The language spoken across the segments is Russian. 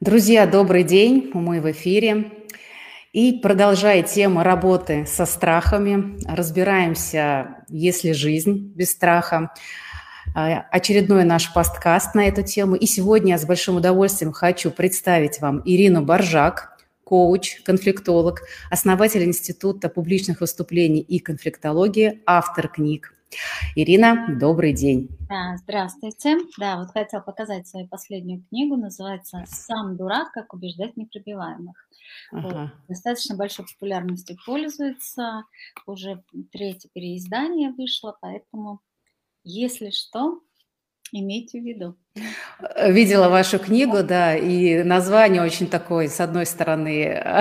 Друзья, добрый день, мы в эфире. И продолжая тему работы со страхами, разбираемся, есть ли жизнь без страха. Очередной наш подкаст на эту тему. И сегодня я с большим удовольствием хочу представить вам Ирину Боржак, коуч, конфликтолог, основатель Института публичных выступлений и конфликтологии, автор книг. Ирина, добрый день. Да, здравствуйте. Да, вот хотела показать свою последнюю книгу, называется «Сам дурак. Как убеждать непробиваемых». Вот. Ага. Достаточно большой популярностью пользуется, уже третье переиздание вышло, поэтому, если что, имейте в виду. Видела вашу книгу, да, и название очень такое, с одной стороны,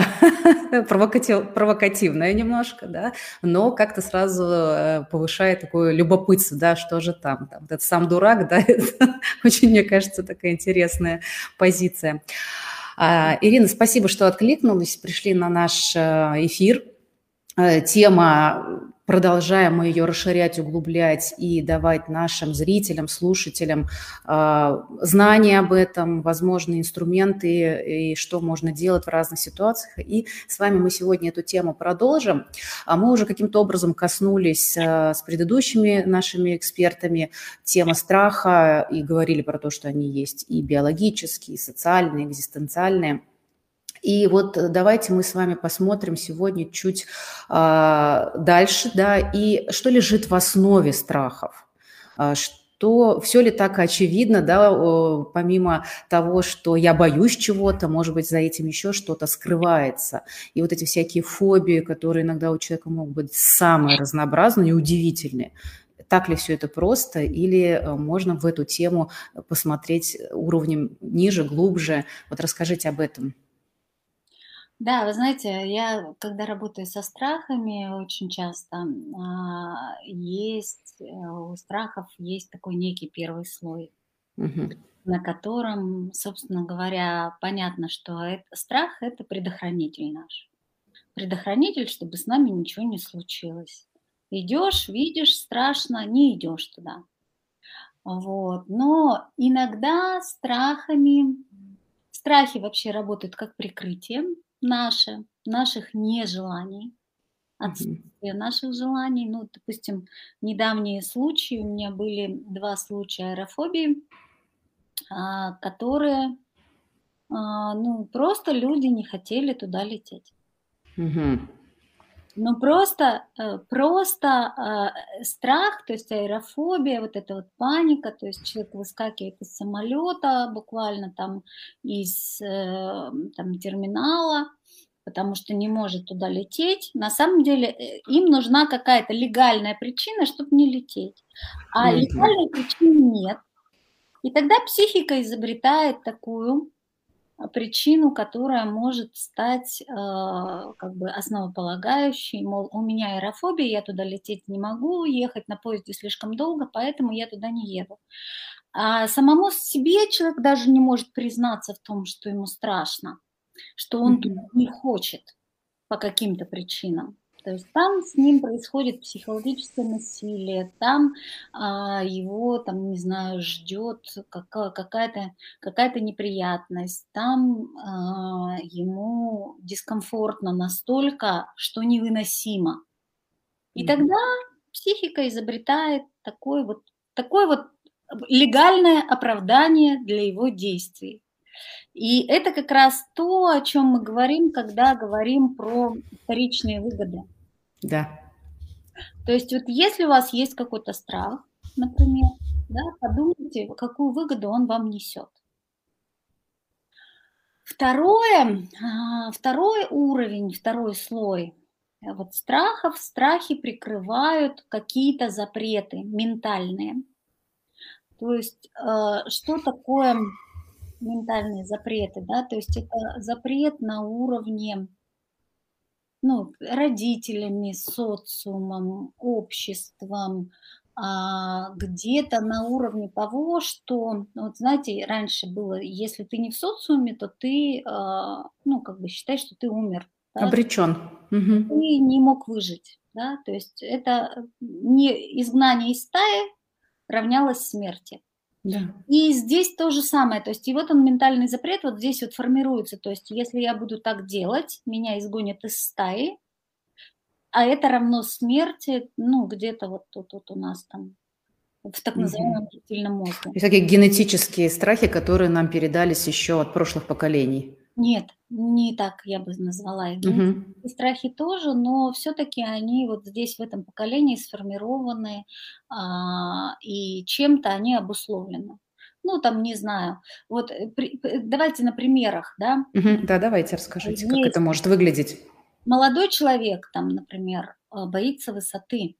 провокативное немножко, да, но как-то сразу повышает такое любопытство, да, что же там, вот этот сам дурак, да, это очень, мне кажется, такая интересная позиция. Ирина, спасибо, что откликнулись, пришли на наш эфир. Тема, продолжаем мы ее расширять, углублять и давать нашим зрителям, слушателям знания об этом, возможные инструменты и что можно делать в разных ситуациях. И с вами мы сегодня эту тему продолжим. Мы уже каким-то образом коснулись с предыдущими нашими экспертами темы страха и говорили про то, что они есть и биологические, и социальные, и экзистенциальные. И вот давайте мы с вами посмотрим сегодня чуть дальше, да, и что лежит в основе страхов, что все ли так очевидно, да, помимо того, что я боюсь чего-то, может быть, за этим еще что-то скрывается. И вот эти всякие фобии, которые иногда у человека могут быть самые разнообразные и удивительные. Так ли все это просто, или можно в эту тему посмотреть уровнем ниже, глубже? Вот расскажите об этом. Да, вы знаете, я когда работаю со страхами, очень часто у страхов есть такой некий первый слой, Мгм. на котором, собственно говоря, понятно, что страх – это предохранитель наш. Предохранитель, чтобы с нами ничего не случилось. Идешь, видишь, страшно, не идешь туда. Вот. Но иногда страхи вообще работают как прикрытие наших нежеланий, Мгм. отсутствие наших желаний. Ну, допустим, недавние случаи, у меня были 2 случая аэрофобии, которые, ну, просто люди не хотели туда лететь. Мгм. Ну, страх, то есть аэрофобия, вот эта вот паника, то есть человек выскакивает из самолета, буквально там там терминала, потому что не может туда лететь. На самом деле, им нужна какая-то легальная причина, чтобы не лететь. А Мгм. легальной причины нет. И тогда психика изобретает такую причину, которая может стать как бы основополагающей, мол, у меня аэрофобия, я туда лететь не могу, ехать на поезде слишком долго, поэтому я туда не еду. А самому себе человек даже не может признаться в том, что ему страшно, что он туда Мгм. не хочет по каким-то причинам. То есть там с ним происходит психологическое насилие, там его, там, не знаю, ждет какая-то неприятность, там ему дискомфортно настолько, что невыносимо. И Мгм. тогда психика изобретает такое вот легальное оправдание для его действий. И это как раз то, о чем мы говорим, когда говорим про вторичные выгоды. Да. То есть вот если у вас есть какой-то страх, например, да, подумайте, какую выгоду он вам несет. Второй уровень, второй слой вот страхи прикрывают какие-то запреты ментальные. То есть что такое ментальные запреты, да? То есть это запрет на уровне, ну, родителями, социумом, обществом, где-то на уровне того, что, ну, вот знаете, раньше было, если ты не в социуме, то ты, ну, как бы считай, что ты умер, да, Обречен. ты Мгм. не мог выжить, да, то есть это не изгнание из стаи равнялось смерти. Да. И здесь то же самое, то есть и вот он ментальный запрет вот здесь вот формируется, то есть если я буду так делать, меня изгонят из стаи, а это равно смерти, ну, где-то вот тут вот у нас там в так Мгм. называемом рептильном мозге. И такие генетические страхи, которые нам передались еще от прошлых поколений. Нет, не так я бы назвала их. Мгм. Генетические страхи тоже, но все-таки они вот здесь, в этом поколении, сформированы, и чем-то они обусловлены. Ну, там, не знаю, вот давайте на примерах, да. Мгм. Да, давайте расскажите, как это Есть может выглядеть. молодой человек, там, например, боится высоты,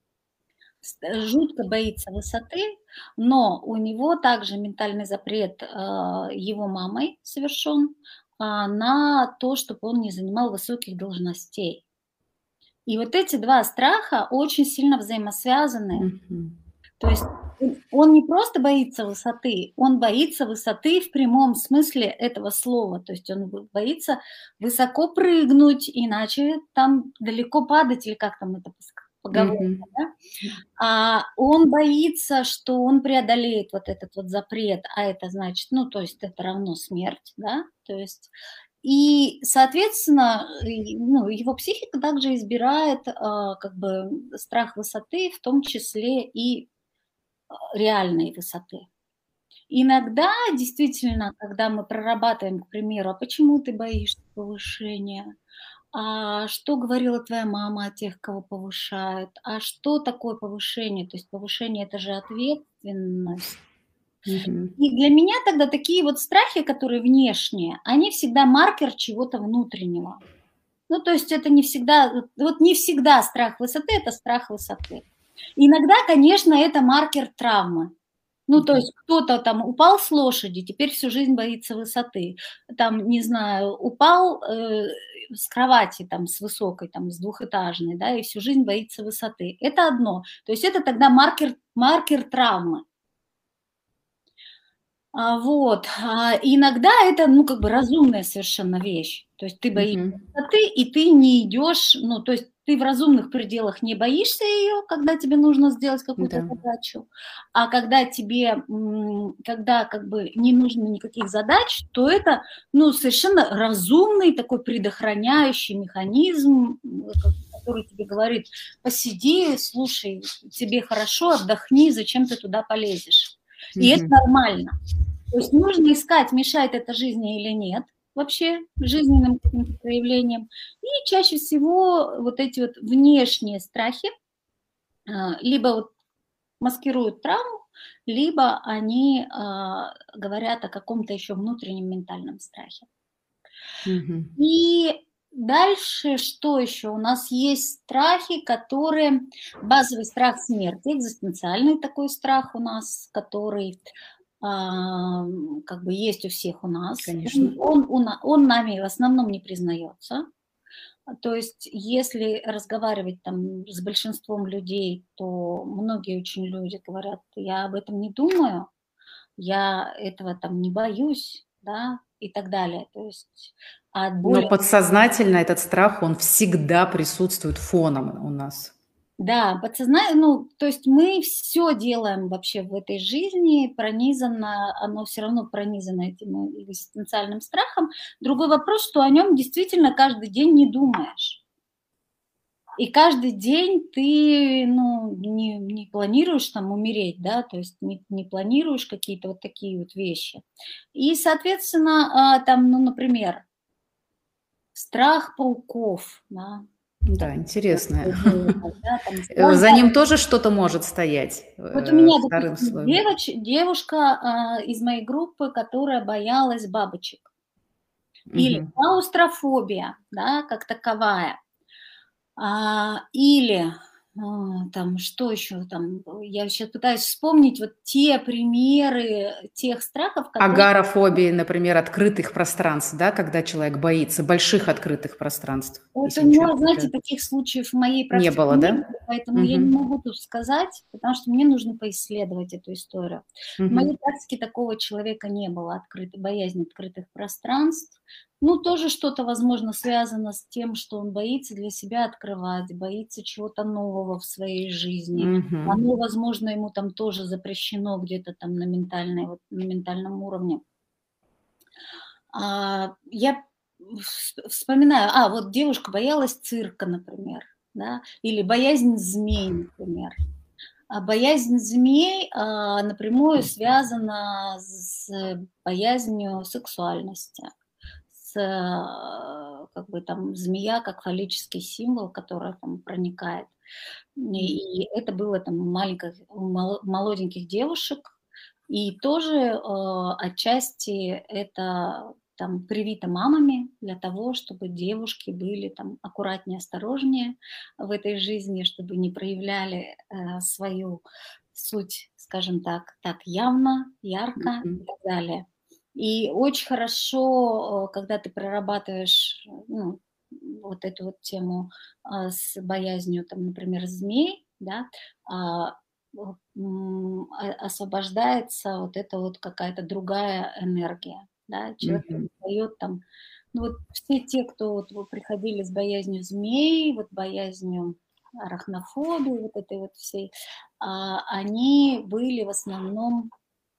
жутко боится высоты, но у него также ментальный запрет его мамой совершен на то, чтобы он не занимал высоких должностей. И вот эти два страха очень сильно взаимосвязаны. Мгм. То есть он не просто боится высоты, он боится высоты в прямом смысле этого слова. То есть он боится высоко прыгнуть, иначе там далеко падать, или как там это поговорка, Мгм. да? Он боится, что он преодолеет вот этот вот запрет, а это значит, ну, то есть это равно смерть, да, то есть и, соответственно, ну, его психика также избирает как бы страх высоты, в том числе и реальной высоты. Иногда действительно, когда мы прорабатываем, к примеру, а почему ты боишься повышения? А что говорила твоя мама о тех, кого повышают? А что такое повышение? То есть повышение – это же ответственность. Мгм. И для меня тогда такие вот страхи, которые внешние, они всегда маркер чего-то внутреннего. Ну, то есть это не всегда, вот не всегда страх высоты – это страх высоты. Иногда, конечно, это маркер травмы. Ну, то Да. есть кто-то там упал с лошади, теперь всю жизнь боится высоты. Там, не знаю, упал с кровати там с высокой, там с двухэтажной, да, и всю жизнь боится высоты. Это одно. То есть это тогда маркер травмы. Иногда это, ну, как бы разумная совершенно вещь. То есть ты боишься Мгм. высоты, и ты не идешь, ну, то есть ты в разумных пределах не боишься ее, когда тебе нужно сделать какую-то Да. задачу, а когда тебе, когда как бы не нужно никаких задач, то это, ну, совершенно разумный такой предохраняющий механизм, который тебе говорит: посиди, слушай, тебе хорошо, отдохни, зачем ты туда полезешь? И это Мгм. нормально. То есть нужно искать, мешает это жизни или нет, вообще жизненным каким-то проявлениям. И чаще всего вот эти вот внешние страхи либо вот маскируют травму, либо они говорят о каком-то еще внутреннем ментальном страхе. Мгм. И дальше что еще? У нас есть страхи, которые... Базовый страх смерти, экзистенциальный такой страх у нас, который как бы есть у всех у нас. Конечно. Он нами в основном не признается. То есть если разговаривать там с большинством людей, то многие очень люди говорят: я об этом не думаю, я этого там не боюсь, да, и так далее. То есть от Но более... подсознательно этот страх, он всегда присутствует фоном у нас. Да, ну, то есть мы все делаем вообще в этой жизни, пронизано, оно все равно пронизано этим экзистенциальным страхом. Другой вопрос, что о нем действительно каждый день не думаешь. И каждый день ты, ну, не планируешь там умереть, да, то есть не планируешь какие-то вот такие вот вещи. И, соответственно, там, ну, например, страх пауков, да, Да, такое интересное. было, да, там страх... За ним тоже что-то может стоять, Вот у меня, вторым допустим, слоем. девушка из моей группы, которая боялась бабочек. Или Мгм. клаустрофобия, да, как таковая. Или там что еще там? Я сейчас пытаюсь вспомнить вот те примеры тех страхов, которые... Агорафобии, например, открытых пространств, да, когда человек боится больших открытых пространств, Вот у если ничего не меня, знаете, включает. таких случаев в моей Не практике было, не да? было, поэтому я не Мгм. могу тут сказать, потому что мне нужно поисследовать эту историю. В Мгм. моей практике такого человека не было, боязни открытых пространств. Ну, тоже что-то, возможно, связано с тем, что он боится для себя открывать, боится чего-то нового нового в своей жизни. Мгм. Оно, возможно, ему там тоже запрещено где-то там на на ментальном уровне. Я вспоминаю, вот девушка боялась цирка, например, да, или боязнь змей, например. А боязнь змей напрямую связана с боязнью сексуальности, как бы там змея как фаллический символ, который там проникает. И это было там у молоденьких девушек, и тоже отчасти это там привито мамами для того, чтобы девушки были там аккуратнее, осторожнее в этой жизни, чтобы не проявляли свою суть, скажем так явно, ярко и Мгм. так далее. И очень хорошо, когда ты прорабатываешь ну, вот эту вот тему с боязнью, там, например, змей, да, освобождается вот эта вот какая-то другая энергия, да, человек Мгм. перестает там, ну вот все те, кто вот приходили с боязнью змей, вот боязнью арахнофобии, вот этой вот всей, они были в основном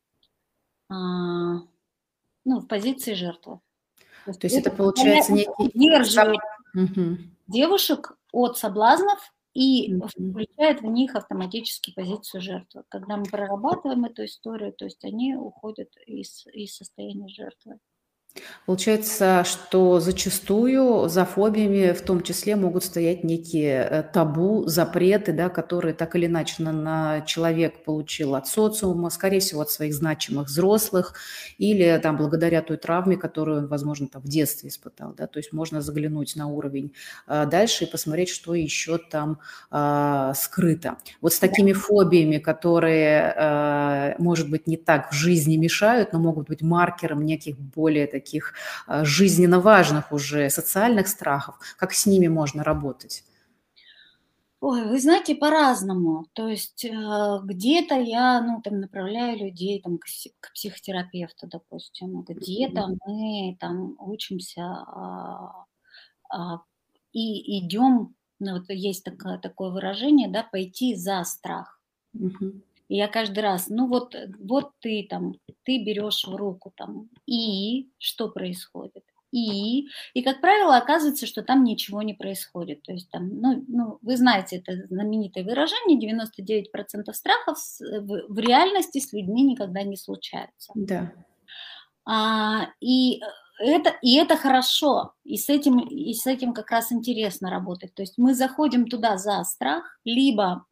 а, в позиции жертвы. То есть То есть это это получается некий удерживает Мгм. девушек от соблазнов и Мгм. включает в них автоматически позицию жертвы. Когда мы прорабатываем эту историю, то есть они уходят из состояния жертвы. Получается, что зачастую за фобиями в том числе могут стоять некие табу, запреты, да, которые так или иначе человек получил от социума, скорее всего, от своих значимых взрослых или там благодаря той травме, которую он, возможно, там в детстве испытал. Да, то есть можно заглянуть на уровень дальше и посмотреть, что еще там скрыто. Вот с Да. такими фобиями, которые, может быть, не так в жизни мешают, но могут быть маркером неких более таких жизненно важных уже социальных страхов, как с ними можно работать? Ой, вы знаете, по-разному. То есть где-то я, там направляю людей там, к психотерапевту, допустим, где-то мы там учимся а, и идем, вот есть такое выражение, да, пойти за страх. Мгм. И я каждый раз, вот ты там, ты берешь в руку там, и что происходит? И, как правило, оказывается, что там ничего не происходит. То есть там, вы знаете это знаменитое выражение, 99% страхов в реальности с людьми никогда не случаются. Да. И это хорошо, и с этим как раз интересно работать. То есть мы заходим туда за страх, либо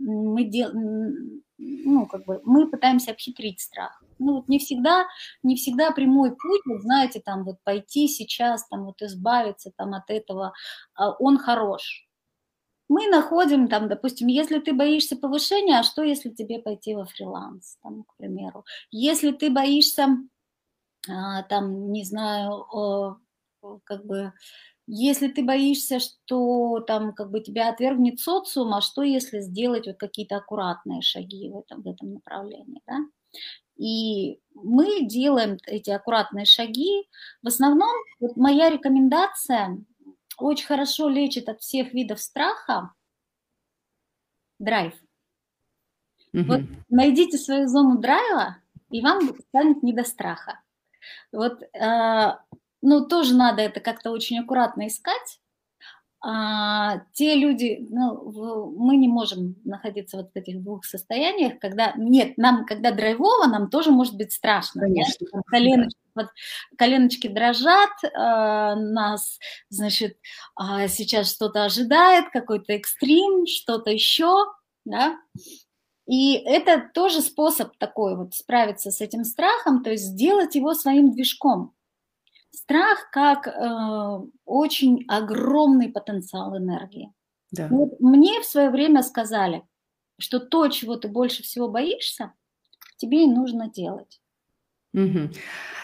мы пытаемся обхитрить страх. Вот не всегда прямой путь, вот знаете, там вот пойти сейчас, там вот избавиться там от этого, он хорош. Мы находим там, допустим, если ты боишься повышения, а что если тебе пойти во фриланс, там, к примеру? Если ты боишься там, не знаю, как бы, если ты боишься, что там как бы тебя отвергнет социум, а что если сделать вот какие-то аккуратные шаги в этом направлении, да? И мы делаем эти аккуратные шаги. В основном вот моя рекомендация очень хорошо лечит от всех видов страха драйв. Вот Мгм. найдите свою зону драйва, и вам станет не до страха. Вот, тоже надо это как-то очень аккуратно искать. Те люди, мы не можем находиться вот в этих двух состояниях, когда нет, когда драйвово, нам тоже может быть страшно, да, Конечно. там Да. коленочки дрожат, нас, значит, сейчас что-то ожидает, какой-то экстрим, что-то еще, да. И это тоже способ такой вот справиться с этим страхом, то есть сделать его своим движком. Страх как очень огромный потенциал энергии. Да. Вот мне в свое время сказали, что то, чего ты больше всего боишься, тебе и нужно делать. Мгм.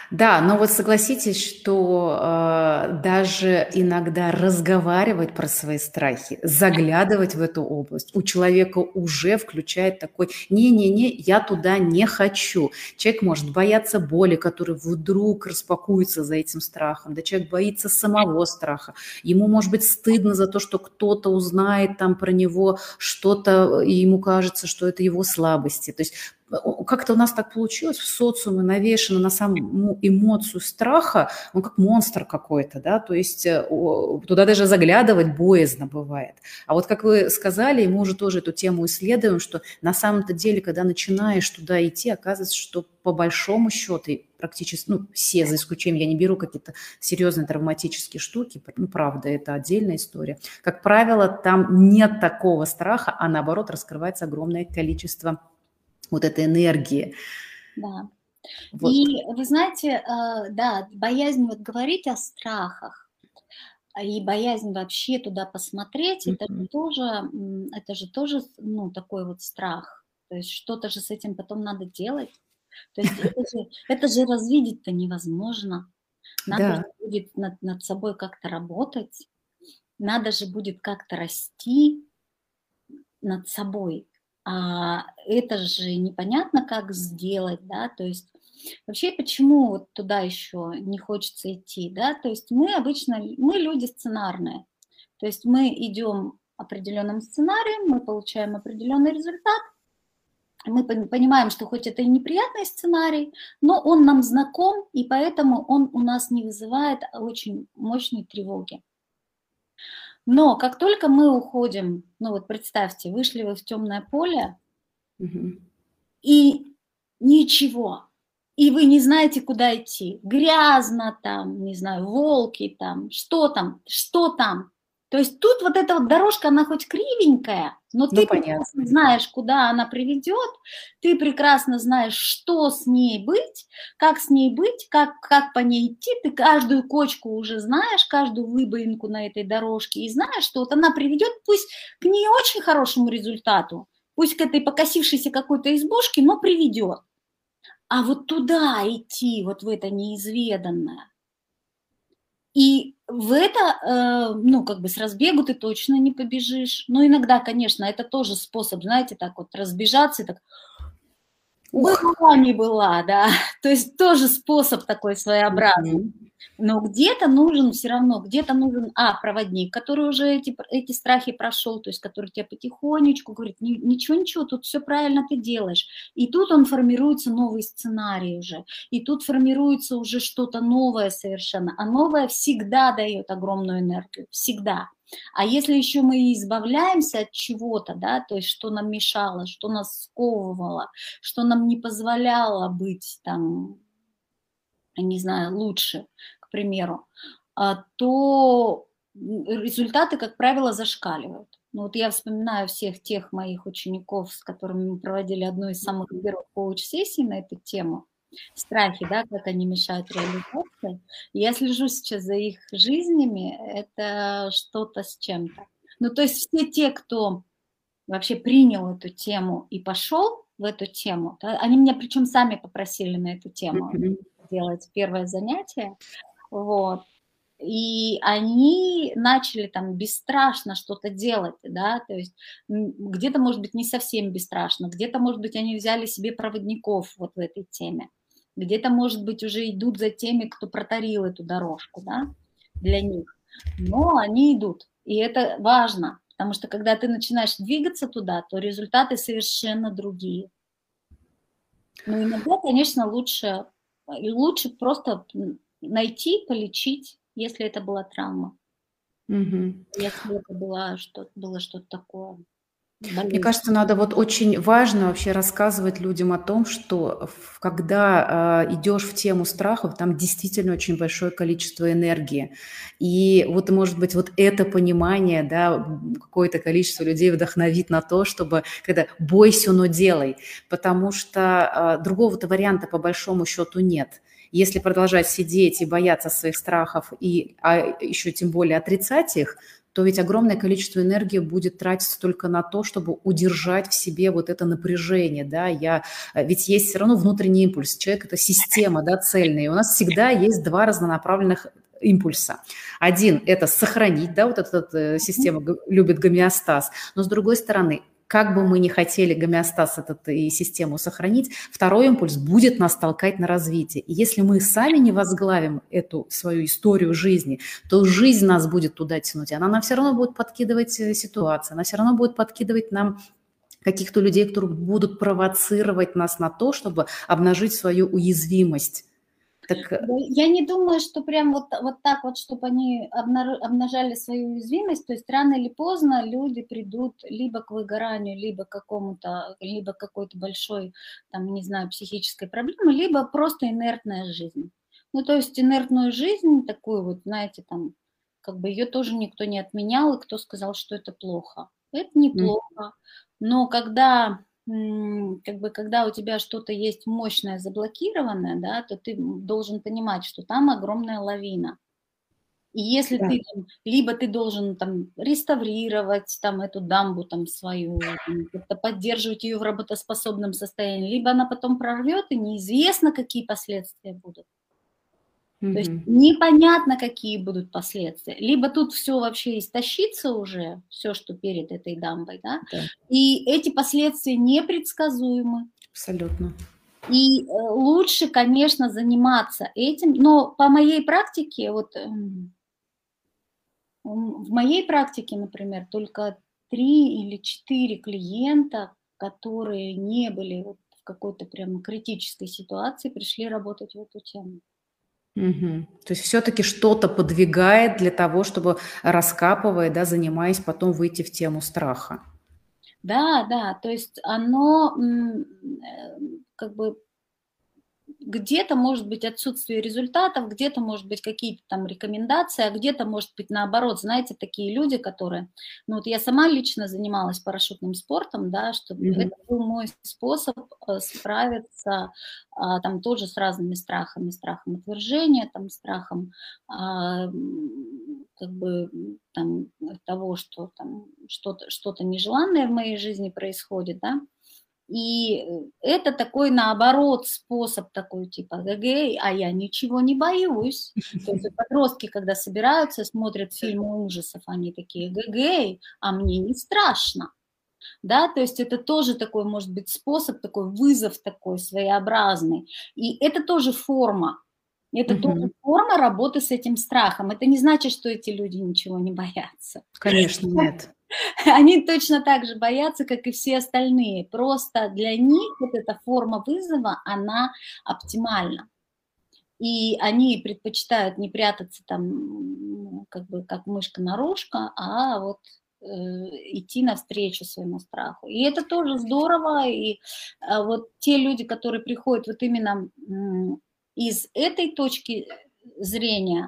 Да, но вот согласитесь, что даже иногда разговаривать про свои страхи, заглядывать в эту область, у человека уже включает такой: не-не-не, я туда не хочу. Человек может бояться боли, который вдруг распакуется за этим страхом, да, человек боится самого страха, ему может быть стыдно за то, что кто-то узнает там про него что-то, и ему кажется, что это его слабости. То есть как-то у нас так получилось, в социуме навешено на саму эмоцию страха, он как монстр какой-то, да, то есть туда даже заглядывать боязно бывает. А вот как вы сказали, и мы уже тоже эту тему исследуем, что на самом-то деле, когда начинаешь туда идти, оказывается, что по большому счету практически, ну, все, за исключением, я не беру какие-то серьезные травматические штуки, ну, правда, это отдельная история. Как правило, там нет такого страха, а наоборот раскрывается огромное количество вот этой энергии. Да. Вот. И вы знаете, да, боязнь вот говорить о страхах и боязнь вообще туда посмотреть, это же тоже, ну, такой вот страх. То есть что-то же с этим потом надо делать. То есть это же развидеть-то невозможно. Надо же Да. будет над собой как-то работать, надо же будет как-то расти над собой. А это же непонятно, как сделать, да, то есть вообще почему вот туда еще не хочется идти, да, то есть мы обычно, мы люди сценарные, то есть мы идем определенным сценарием, мы получаем определенный результат, мы понимаем, что хоть это и неприятный сценарий, но он нам знаком, и поэтому он у нас не вызывает очень мощной тревоги. Но как только мы уходим, ну вот представьте, вышли вы в темное поле, и ничего, и вы не знаете, куда идти. Грязно там, не знаю, волки там, что там, что там. То есть тут вот эта вот дорожка, она хоть кривенькая, но Ну, ты понятно. прекрасно знаешь, куда она приведет, ты прекрасно знаешь, что с ней быть, как с ней быть, как по ней идти, ты каждую кочку уже знаешь, каждую выбоинку на этой дорожке, и знаешь, что вот она приведет, пусть к не очень хорошему результату, пусть к этой покосившейся какой-то избушке, но приведет. А вот туда идти, вот в это неизведанное, и в это, ну, как бы с разбегу ты точно не побежишь. Но иногда, конечно, это тоже способ, знаете, так вот разбежаться и так, была не была, да. То есть тоже способ такой своеобразный. Но где-то нужен все равно, где-то нужен, проводник, который уже эти страхи прошел, то есть который тебе потихонечку говорит, ничего, тут все правильно ты делаешь. И тут он формируется новый сценарий уже, и тут формируется уже что-то новое совершенно. А новое всегда дает огромную энергию, всегда. А если еще мы избавляемся от чего-то, да, то есть что нам мешало, что нас сковывало, что нам не позволяло быть там, не знаю, лучше, к примеру, то результаты, как правило, зашкаливают. Ну, вот я вспоминаю всех тех моих учеников, с которыми мы проводили одну из самых первых коуч-сессий на эту тему, страхи, да, как они мешают реализации. Я слежу сейчас за их жизнями, это что-то с чем-то. Ну, то есть все те, кто вообще принял эту тему и пошел в эту тему, да, они меня причем сами попросили на эту тему делать первое занятие, вот, и они начали там бесстрашно что-то делать, да, то есть где-то, может быть, не совсем бесстрашно, где-то, может быть, они взяли себе проводников вот в этой теме, где-то, может быть, уже идут за теми, кто протарил эту дорожку, да, для них, но они идут, и это важно, потому что когда ты начинаешь двигаться туда, то результаты совершенно другие. Но иногда, конечно, лучше просто найти, полечить, если это была травма. Если это было что-то такое. Мне кажется, надо вот очень важно вообще рассказывать людям о том, что когда идешь в тему страхов, там действительно очень большое количество энергии. И вот, может быть, вот это понимание, да, какое-то количество людей вдохновит на то, чтобы, когда бойся, но делай, потому что другого-то варианта по большому счету нет. Если продолжать сидеть и бояться своих страхов, а еще тем более отрицать их, то ведь огромное количество энергии будет тратиться только на то, чтобы удержать в себе вот это напряжение, да, ведь есть все равно внутренний импульс, человек – это система, да, цельная, и у нас всегда есть два разнонаправленных импульса. Один – это сохранить, да, вот эта система любит гомеостаз, но с другой стороны, как бы мы ни хотели гомеостаз этот и систему сохранить, второй импульс будет нас толкать на развитие. И если мы сами не возглавим эту свою историю жизни, то жизнь нас будет туда тянуть. Она нам все равно будет подкидывать ситуации, она все равно будет подкидывать нам каких-то людей, которые будут провоцировать нас на то, чтобы обнажить свою уязвимость. Так... Я не думаю, что прям вот так вот, чтобы они обнажали свою уязвимость, то есть рано или поздно люди придут либо к выгоранию, либо к какой-то большой, там, не знаю, психической проблемы, либо просто инертная жизнь. Ну, то есть инертную жизнь, такую вот, знаете, там, как бы ее тоже никто не отменял, и кто сказал, что это плохо. Это неплохо, но когда у тебя что-то есть мощное, заблокированное, да, то ты должен понимать, что там огромная лавина. И если ты либо ты должен там реставрировать там эту дамбу там свою, как-то поддерживать ее в работоспособном состоянии, либо она потом прорвет, и неизвестно, какие последствия будут. То есть непонятно, какие будут последствия. Либо тут все вообще истощится уже, все, что перед этой дамбой, да, и эти последствия непредсказуемы. Абсолютно. И лучше, конечно, заниматься этим, но по моей практике, вот в моей практике, например, только 3 или 4 клиента, которые не были вот в какой-то прям критической ситуации, пришли работать в эту тему. То есть все-таки что-то подвигает для того, чтобы, раскапывая, да, занимаясь, потом выйти в тему страха. Да, то есть оно как бы где-то может быть отсутствие результатов, где-то может быть какие-то там рекомендации, а где-то может быть наоборот, знаете, такие люди, которые, ну вот я сама лично занималась парашютным спортом, да, чтобы это был мой способ справиться там тоже с разными страхами, страхом отвержения, там страхом как бы там того, что там что-то нежеланное в моей жизни происходит, да. И это такой, наоборот, способ такой, типа, эгей, а я ничего не боюсь. То есть подростки, когда собираются, смотрят фильмы ужасов, они такие, эгей, а мне не страшно. Да, то есть это тоже такой, может быть, способ, такой вызов такой своеобразный. И это тоже форма. Это тоже форма работы с этим страхом. Это не значит, что эти люди ничего не боятся. Конечно, нет. Они точно так же боятся, как и все остальные. Просто для них вот эта форма вызова, она оптимальна. И они предпочитают не прятаться там, как бы как мышка-нарушка, а вот идти навстречу своему страху. И это тоже здорово. И вот те люди, которые приходят вот именно из этой точки зрения,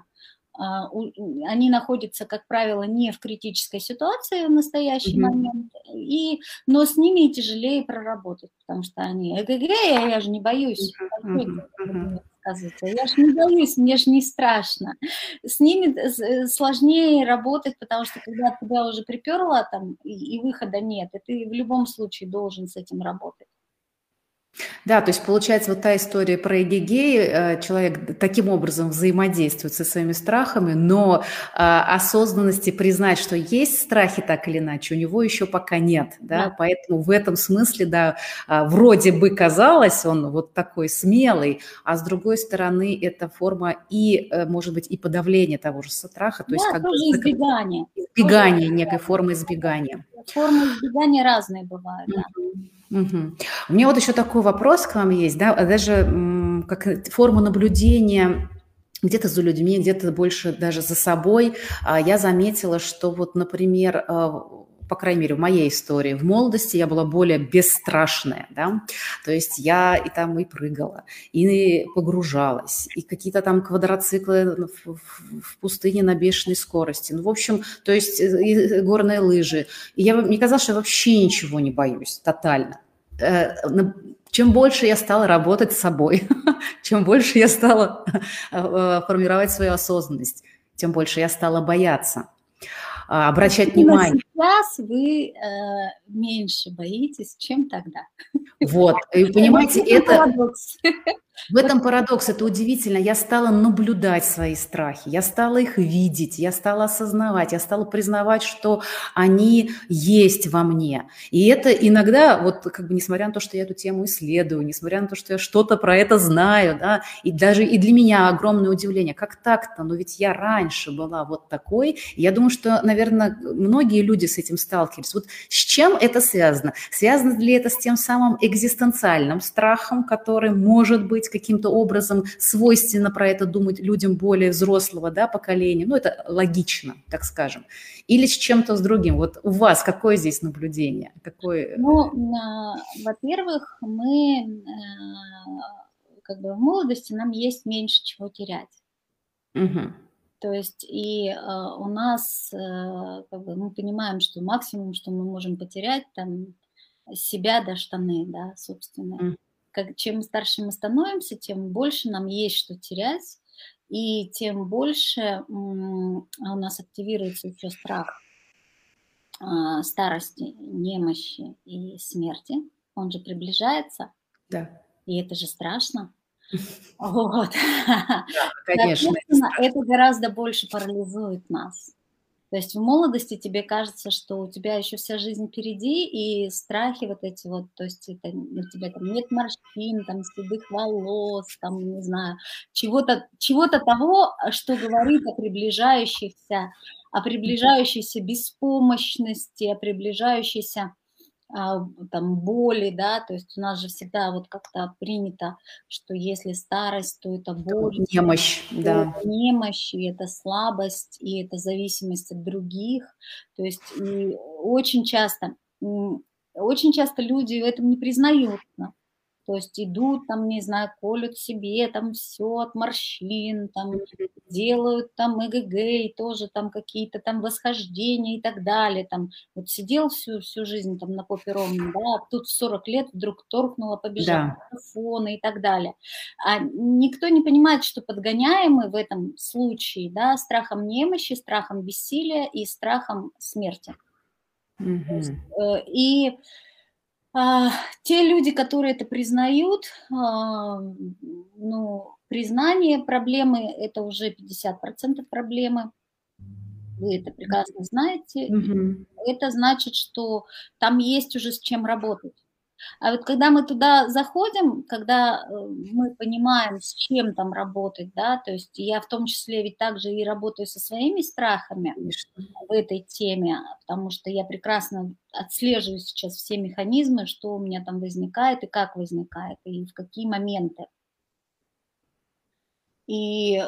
они находятся, как правило, не в критической ситуации в настоящий момент, но с ними и тяжелее проработать, потому что они, я же не боюсь, я же не боюсь, мне же не страшно. С ними сложнее работать, потому что когда тебя уже приперло там, и выхода нет, и ты в любом случае должен с этим работать. Да, то есть получается вот та история про эгегей, человек таким образом взаимодействует со своими страхами, но осознанности признать, что есть страхи так или иначе, у него еще пока нет, да, поэтому в этом смысле, да, вроде бы казалось, он вот такой смелый, а с другой стороны это форма и, может быть, и подавления того же страха, то есть как тоже избегание. Избегание, некой формы избегания. Формы избегания разные бывают, да. У меня вот еще такой вопрос к вам есть, да, даже как форма наблюдения где-то за людьми, где-то больше даже за собой. Я заметила, что вот, например, по крайней мере, в моей истории, в молодости я была более бесстрашная, да, то есть я и там и прыгала, и погружалась, и какие-то там квадроциклы в пустыне на бешеной скорости, ну, в общем, то есть и горные лыжи, и мне казалось, что я вообще ничего не боюсь, тотально. Чем больше я стала работать с собой, чем больше я стала формировать свою осознанность, тем больше я стала бояться. обращать Именно внимание. сейчас вы меньше боитесь, чем тогда. Вот, и Вот понимаете, это это парадокс. в этом парадокс, это удивительно. Я стала наблюдать свои страхи, я стала их видеть, я стала осознавать, я стала признавать, что они есть во мне. И это иногда, вот как бы несмотря на то, что я эту тему исследую, несмотря на то, что я что-то про это знаю, да, и даже и для меня огромное удивление, как так-то, но ведь я раньше была вот такой. И я думаю, что, наверное, многие люди с этим сталкивались. Вот с чем это связано? Связано ли это с тем самым экзистенциальным страхом, который может быть каким-то образом свойственно про это думать людям более взрослого, да, поколения? Ну, это логично, так скажем. Или с чем-то с другим? Вот у вас какое здесь наблюдение? Какое... Ну, во-первых, мы как бы в молодости нам есть меньше чего терять. Мгм. То есть и у нас, как бы мы понимаем, что максимум, что мы можем потерять, там, себя до штаны, да, собственные. М. Чем старше мы становимся, тем больше нам есть что терять, и тем больше у нас активируется еще страх старости, немощи и смерти. Он же приближается, Да, и это же страшно. Вот. да, конечно, это Соответственно, страшно. это гораздо больше парализует нас. То есть в молодости тебе кажется, что у тебя еще вся жизнь впереди, и страхи вот эти вот, то есть это у тебя там нет морщин, там седых волос, там, не знаю, чего-то того, что говорит о приближающейся беспомощности, о приближающейся там боли, да, то есть у нас же всегда вот как-то принято, что если старость, то это боль, Немощь, и да. это немощь, и это слабость, и это зависимость от других. То есть и очень часто люди в этом не признаются. То есть идут там, не знаю, колют себе там все от морщин, там делают там ЭГГ, и тоже там какие-то там восхождения и так далее. Там вот сидел всю жизнь там на попе ровно, да, а тут в 40 лет вдруг торкнуло, побежал Да. марафоны и так далее. А никто не понимает, что подгоняемый в этом случае, да, страхом немощи, страхом бессилия и страхом смерти. Мгм. И те люди, которые это признают, ну, признание проблемы – это уже 50% проблемы. Вы это прекрасно знаете. И Мгм. это значит, что там есть уже с чем работать. А вот когда мы туда заходим, когда мы понимаем, с чем там работать, да, то есть я в том числе ведь также и работаю со своими страхами Конечно. в этой теме, потому что я прекрасно отслеживаю сейчас все механизмы, что у меня там возникает и как возникает, и в какие моменты. И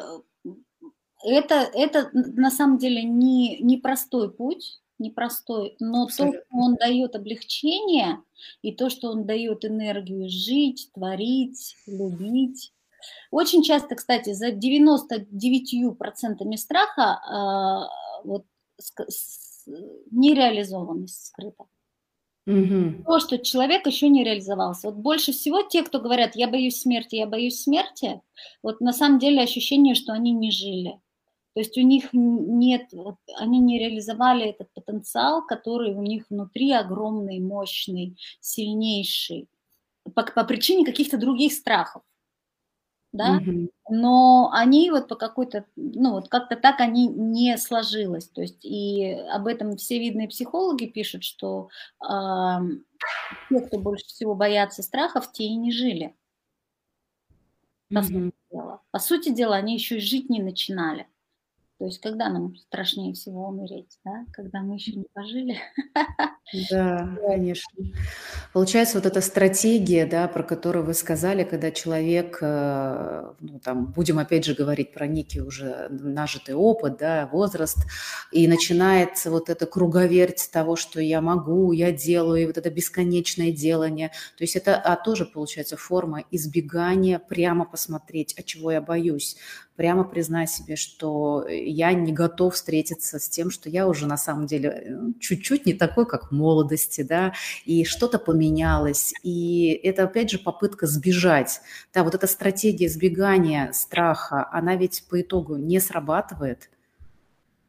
это на самом деле не простой путь, непростой, но то, что Абсолютно. он дает облегчение, и то, что он дает энергию жить, творить, любить. Очень часто, кстати, за 99% страха вот нереализованность скрыта. Мгм. То, что человек еще не реализовался. Вот больше всего те, кто говорят: "Я боюсь смерти", вот на самом деле ощущение, что они не жили. То есть у них нет, вот они не реализовали этот потенциал, который у них внутри огромный, мощный, сильнейший, по причине каких-то других страхов. Да, Мгм. но они вот по какой-то, ну, вот как-то так они не сложилось. То есть и об этом все видные психологи пишут, что, те, кто больше всего боятся страхов, те и не жили, по сути Мгм. дела. По сути дела, они еще и жить не начинали. То есть когда нам страшнее всего умереть, да? Когда мы еще не пожили. Да, Вот. конечно. Получается, вот эта стратегия, да, про которую вы сказали, когда человек, ну, там, будем опять же говорить про некий уже нажитый опыт, да, возраст, и начинается вот эта круговерть того, что я могу, я делаю, и вот это бесконечное делание. То есть это тоже, получается, форма избегания, прямо посмотреть, от чего я боюсь, прямо признать себе, что я не готов встретиться с тем, что я уже на самом деле чуть-чуть не такой, как в молодости, да, и что-то поменялось. И это, опять же, попытка сбежать. Да, вот эта стратегия сбегания страха, она ведь по итогу не срабатывает.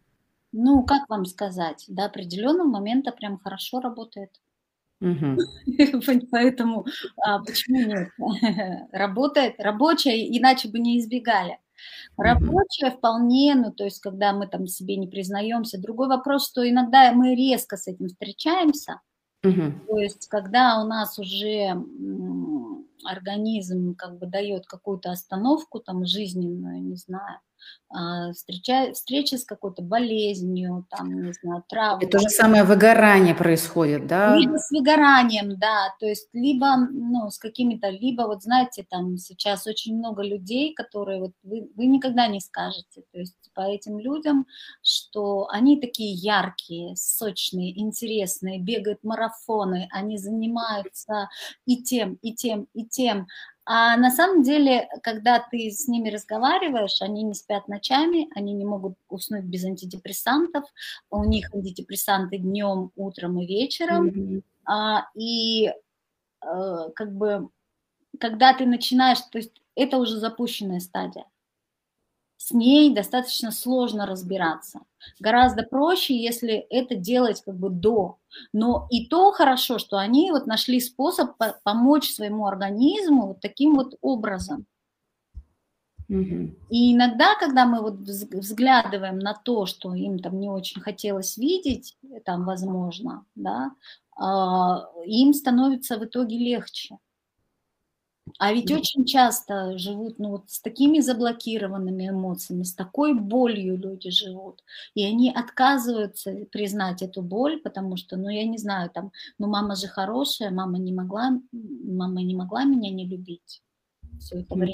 Ну, как вам сказать, до определенного момента прям хорошо работает. Мгм. Поэтому, почему нет? Работает, рабочая, иначе бы не избегали. Мгм. Рабочая вполне, ну, то есть когда мы там себе не признаемся. Другой вопрос, что иногда мы резко с этим встречаемся. Мгм. То есть когда у нас уже, организм как бы дает какую-то остановку там жизненную, не знаю, встреча с какой-то болезнью, там, не знаю, Или то травмой. же самое выгорание происходит, Либо да? с выгоранием, да, то есть либо, ну, с какими-то, либо вот знаете, там сейчас очень много людей, которые вот вы никогда не скажете, то есть по этим людям, что они такие яркие, сочные, интересные, бегают марафоны, они занимаются и тем, и тем, и тем. А на самом деле, когда ты с ними разговариваешь, они не спят ночами, они не могут уснуть без антидепрессантов, у них антидепрессанты днем, утром и вечером. Мгм. И как бы, когда ты начинаешь, то есть это уже запущенная стадия. С ней достаточно сложно разбираться. Гораздо проще, если это делать как бы до. Но и то хорошо, что они вот нашли способ помочь своему организму вот таким вот образом. Мгм. И иногда, когда мы вот взглядываем на то, что им там не очень хотелось видеть, там, возможно, да, им становится в итоге легче. А ведь Да. очень часто живут, ну, вот с такими заблокированными эмоциями, с такой болью люди живут, и они отказываются признать эту боль, потому что, ну, я не знаю, там, ну, мама же хорошая, мама не могла меня не любить все это М. время.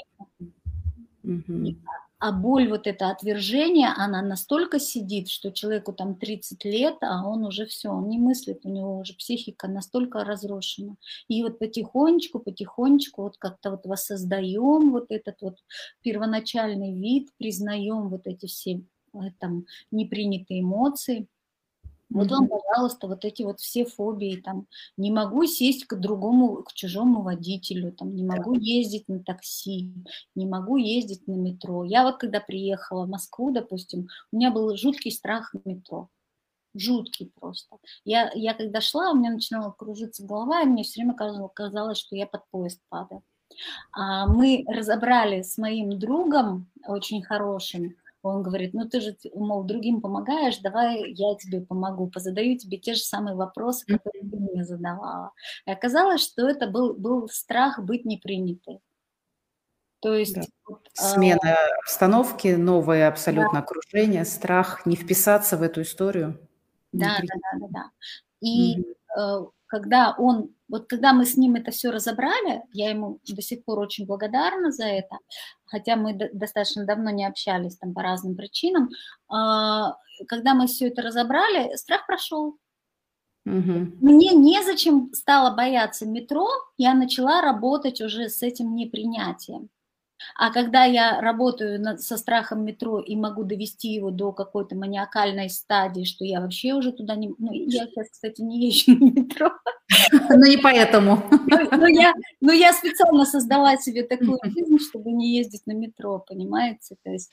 И, Мгм. боль, вот это отвержение, она настолько сидит, что человеку там 30 лет, а он уже все, он не мыслит, у него уже психика настолько разрушена. И вот потихонечку, потихонечку вот как-то вот воссоздаем вот этот вот первоначальный вид, признаем вот эти все там непринятые эмоции. Вот вам, Мгм. пожалуйста, вот эти вот все фобии, там, не могу сесть к другому, к чужому водителю, там, не Да. могу ездить на такси, не могу ездить на метро. Я вот когда приехала в Москву, допустим, у меня был жуткий страх метро, жуткий просто. Я когда шла, у меня начинала кружиться голова, и мне все время казалось, что я под поезд падаю. Мы разобрали с моим другом, очень хорошим, он говорит, ну ты же, мол, другим помогаешь, давай я тебе помогу, позадаю тебе те же самые вопросы, которые Мгм. ты мне задавала. И оказалось, что это был страх быть непринятой. То Да. есть, вот, Смена обстановки, новое да, абсолютно окружение, страх не вписаться в эту историю, не да, да, прийти. да, да, да. И Мгм. когда вот когда мы с ним это все разобрали, я ему до сих пор очень благодарна за это, хотя мы достаточно давно не общались там по разным причинам. Когда мы все это разобрали, страх прошел. Мгм. Мне незачем стало бояться метро, я начала работать уже с этим непринятием. А когда я работаю со страхом метро и могу довести его до какой-то маниакальной стадии, что я вообще уже туда не... Ну, я сейчас, кстати, не езжу на метро. Но не поэтому. Но я специально создала себе такую жизнь, чтобы не ездить на метро, понимаете? То есть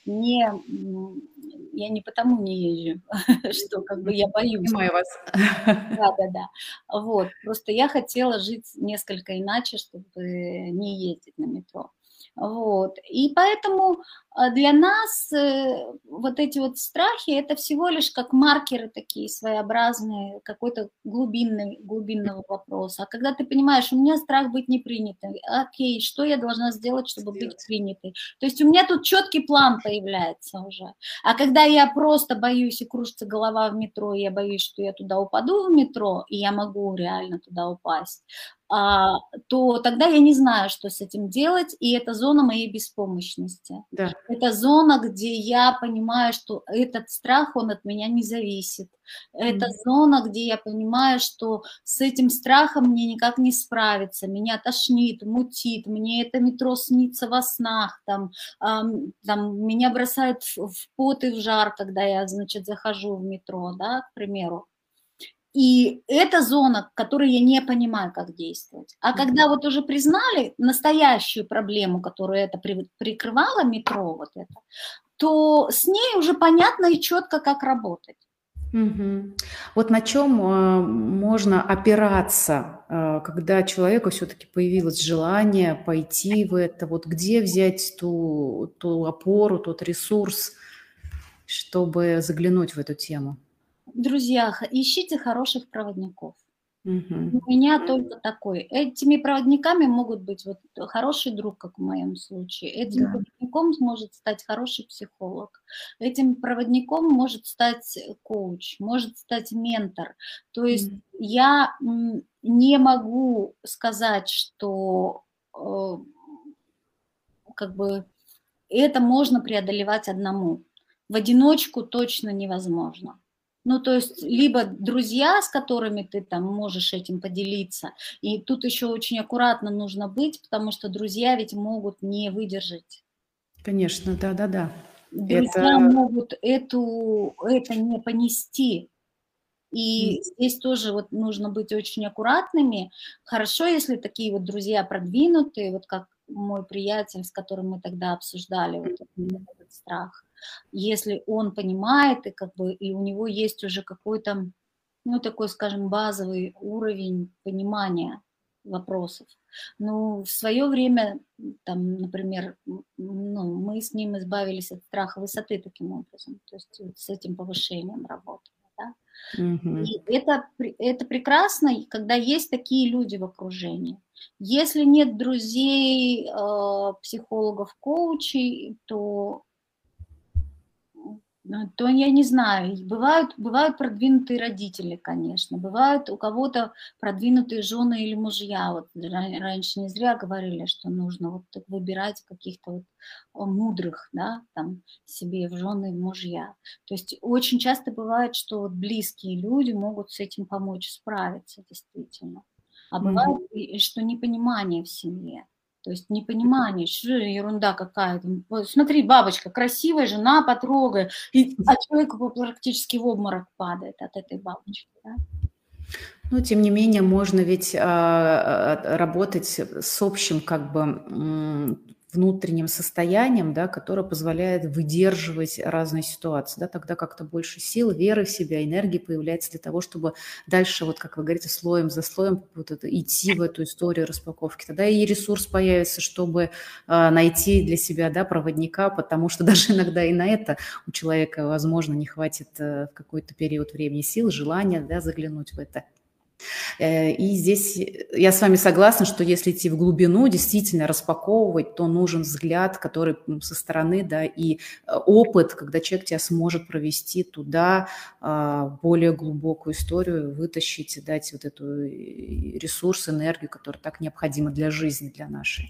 я не потому не езжу, что как бы я боюсь. Понимаю вас. Да-да-да. Вот. Просто я хотела жить несколько иначе, чтобы не ездить на метро. Вот. И поэтому для нас вот эти вот страхи — это всего лишь как маркеры такие своеобразные, какой-то глубинного вопроса. А когда ты понимаешь, у меня страх быть непринятой, окей, что я должна сделать, чтобы быть Сделать. принятой? То есть у меня тут четкий план появляется уже. А когда я просто боюсь и кружится голова в метро, и я боюсь, что я туда упаду в метро, и я могу реально туда упасть, то тогда я не знаю, что с этим делать, и это зона моей беспомощности. Да. Это зона, где я понимаю, что этот страх, он от меня не зависит. Это Мгм. зона, где я понимаю, что с этим страхом мне никак не справиться, меня тошнит, мутит, мне это метро снится во снах, там меня бросает в пот и в жар, когда я, значит, захожу в метро, да, к примеру. И это зона, в которой я не понимаю, как действовать. А Мгм. когда вот уже признали настоящую проблему, которую это прикрывало метро, вот это, то с ней уже понятно и четко, как работать. Мгм. Вот на чем можно опираться, когда человеку все-таки появилось желание пойти в это? Вот где взять ту опору, тот ресурс, чтобы заглянуть в эту тему? Друзья, ищите хороших проводников. У Мгм. меня только такой. Этими проводниками могут быть вот хороший друг, как в моем случае. Этим Да. проводником может стать хороший психолог. Этим проводником может стать коуч, может стать ментор. То есть М. я не могу сказать, что э, как бы это можно преодолевать одному. В одиночку точно невозможно. Ну, то есть, либо друзья, с которыми ты там можешь этим поделиться, и тут еще очень аккуратно нужно быть, потому что друзья ведь могут не выдержать. Конечно, да-да-да. Друзья Это могут это не понести. м, И здесь тоже вот нужно быть очень аккуратными. Хорошо, если такие вот друзья продвинутые, вот как мой приятель, с которым мы тогда обсуждали мгм. этот страх. Если он понимает, и как бы и у него есть уже какой-то, ну, такой, скажем, базовый уровень понимания вопросов. Ну, в свое время, там, например, ну, мы с ним избавились от страха высоты таким образом, то есть вот с этим повышением работали, да. Мгм. И это прекрасно, когда есть такие люди в окружении. Если нет друзей, психологов, коучей, то я не знаю. Бывают продвинутые родители, конечно, бывают у кого-то продвинутые жены или мужья. Вот раньше не зря говорили, что нужно вот так выбирать каких-то вот мудрых, да, там себе в жены, в мужья. То есть очень часто бывает, что вот близкие люди могут с этим помочь справиться действительно. А бывает, Мгм. что непонимание в семье. То есть непонимание, что за ерунда какая-то. Вот смотри, бабочка красивая, жена, потрогай. А человек практически в обморок падает от этой бабочки. Да? Но тем не менее можно ведь, работать с общим как бы, внутренним состоянием, да, которое позволяет выдерживать разные ситуации, да. Тогда как-то больше сил, веры в себя, энергии появляется для того, чтобы дальше, вот как вы говорите, слоем за слоем вот это идти в эту историю распаковки. Тогда и ресурс появится, чтобы, найти для себя, да, проводника, потому что даже иногда и на это у человека, возможно, не хватит, в какой-то период времени сил, желания, да, заглянуть в это. И здесь я с вами согласна, что если идти в глубину, действительно распаковывать, то нужен взгляд, который со стороны, да, и опыт, когда человек тебя сможет провести туда более глубокую историю, вытащить и дать вот эту ресурс, энергию, которая так необходима для жизни, для нашей.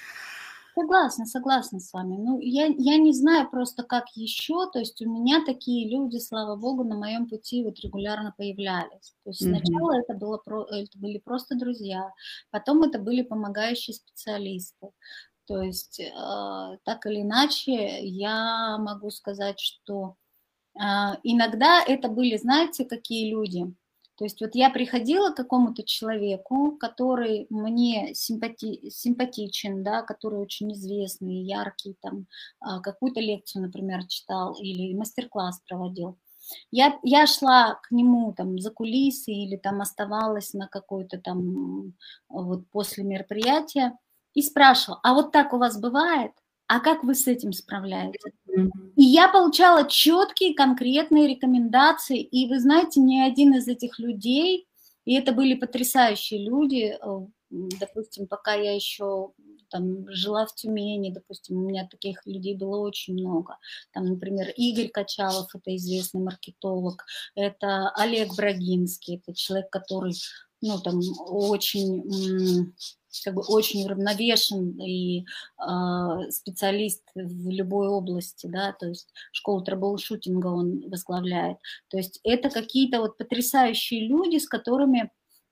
Согласна с вами. Ну, я не знаю просто, как еще. То есть у меня такие люди, слава богу, на моем пути вот регулярно появлялись. То есть Мгм. сначала это были просто друзья, потом это были помогающие специалисты. То есть так или иначе я могу сказать, что иногда это были, знаете, какие люди? То есть вот я приходила к какому-то человеку, который мне симпатичен, да, который очень известный, яркий, там, какую-то лекцию, например, читал или мастер-класс проводил. Я шла к нему там за кулисы или там оставалась на какой-то там вот после мероприятия и спрашивала, а вот так у вас бывает? А как вы с этим справляетесь? Мгм. И я получала четкие, конкретные рекомендации. И вы знаете, ни один из этих людей, и это были потрясающие люди, допустим, пока я еще там жила в Тюмени, допустим, у меня таких людей было очень много. Там, например, Игорь Качалов, это известный маркетолог, это Олег Брагинский, это человек, который, ну, там, очень как бы очень уравновешен и специалист в любой области, да, то есть школу трэбл-шутинга он возглавляет. То есть это какие-то вот потрясающие люди, с которыми,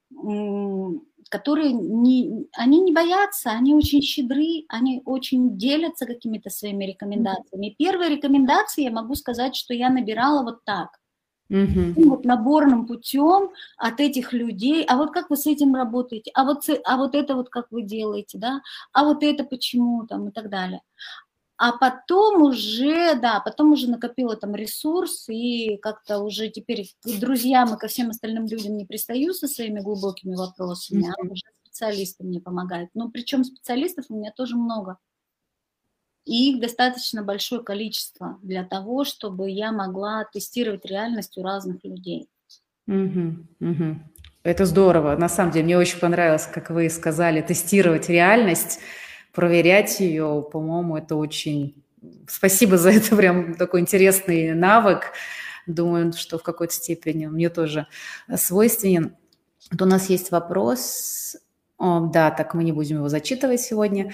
которые они не боятся, они очень щедры, они очень делятся какими-то своими рекомендациями. Первые рекомендации я могу сказать, что я набирала вот так. Мгм. Вот наборным путем от этих людей, а вот как вы с этим работаете, а вот это вот как вы делаете, да, а вот это почему там и так далее. А потом уже, да, потом уже накопила там ресурс, и как-то уже теперь к друзьям и ко всем остальным людям не пристаю со своими глубокими вопросами, а уже специалисты мне помогают. Но причем специалистов у меня тоже много. И их достаточно большое количество для того, чтобы я могла тестировать реальность у разных людей. Это здорово. На самом деле, мне очень понравилось, как вы сказали, тестировать реальность, проверять ее. По-моему, это очень... Спасибо за это, прям такой интересный навык. Думаю, что в какой-то степени он мне тоже свойственен. Вот у нас есть вопрос. О, да, так мы не будем его зачитывать сегодня.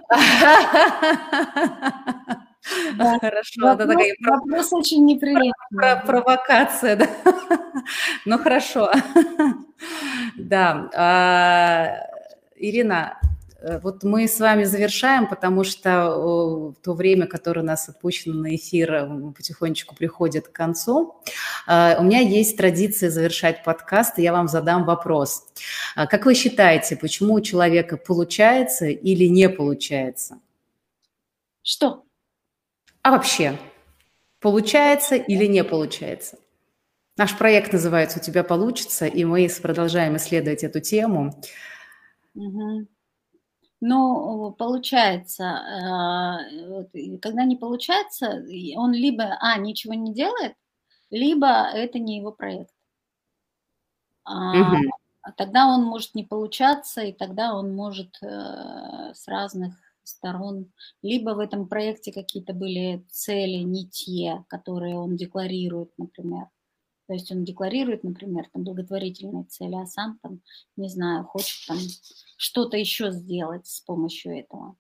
Хорошо, это такая вопрос очень неприятный. Провокация, да. Ну, хорошо. Да. Ирина, вот мы с вами завершаем, потому что то время, которое у нас отпущено на эфир, потихонечку приходит к концу. У меня есть традиция завершать подкаст, и я вам задам вопрос. Как вы считаете, почему у человека получается или не получается? Что? А вообще, получается или не получается? Наш проект называется «У тебя получится», и мы продолжаем исследовать эту тему. Ну, получается, когда не получается, он либо, ничего не делает, либо это не его проект. Тогда он может не получаться, и тогда он может с разных сторон, либо в этом проекте какие-то были цели не те, которые он декларирует, например. То есть он декларирует, например, там благотворительные цели, а сам там, не знаю, хочет там что-то еще сделать с помощью этого.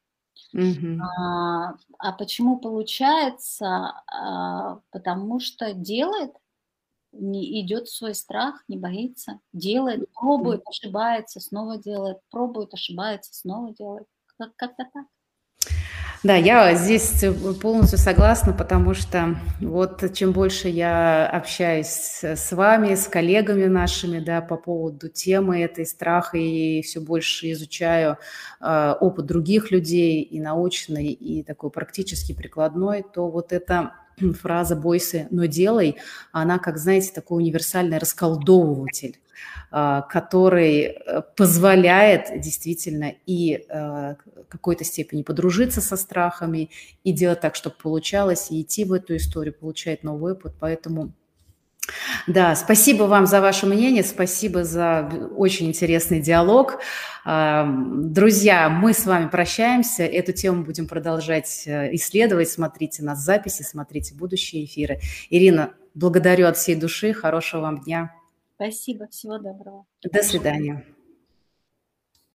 А почему получается? Потому что делает, не идет в свой страх, не боится, делает, пробует, ошибается, снова делает, пробует, ошибается, снова делает. Как-то так. Да, я здесь полностью согласна, потому что вот чем больше я общаюсь с вами, с коллегами нашими, да, по поводу темы этой страха, и все больше изучаю опыт других людей, и научный, и такой практически прикладной, то вот эта фраза «бойся, но делай», она, как, знаете, такой универсальный расколдовыватель, который позволяет действительно и в какой-то степени подружиться со страхами и делать так, чтобы получалось, и идти в эту историю, получать новый опыт. Поэтому, да, спасибо вам за ваше мнение, спасибо за очень интересный диалог. Друзья, мы с вами прощаемся. Эту тему будем продолжать исследовать. Смотрите нас в записи, смотрите будущие эфиры. Ирина, благодарю от всей души. Хорошего вам дня. Спасибо, всего доброго. До свидания.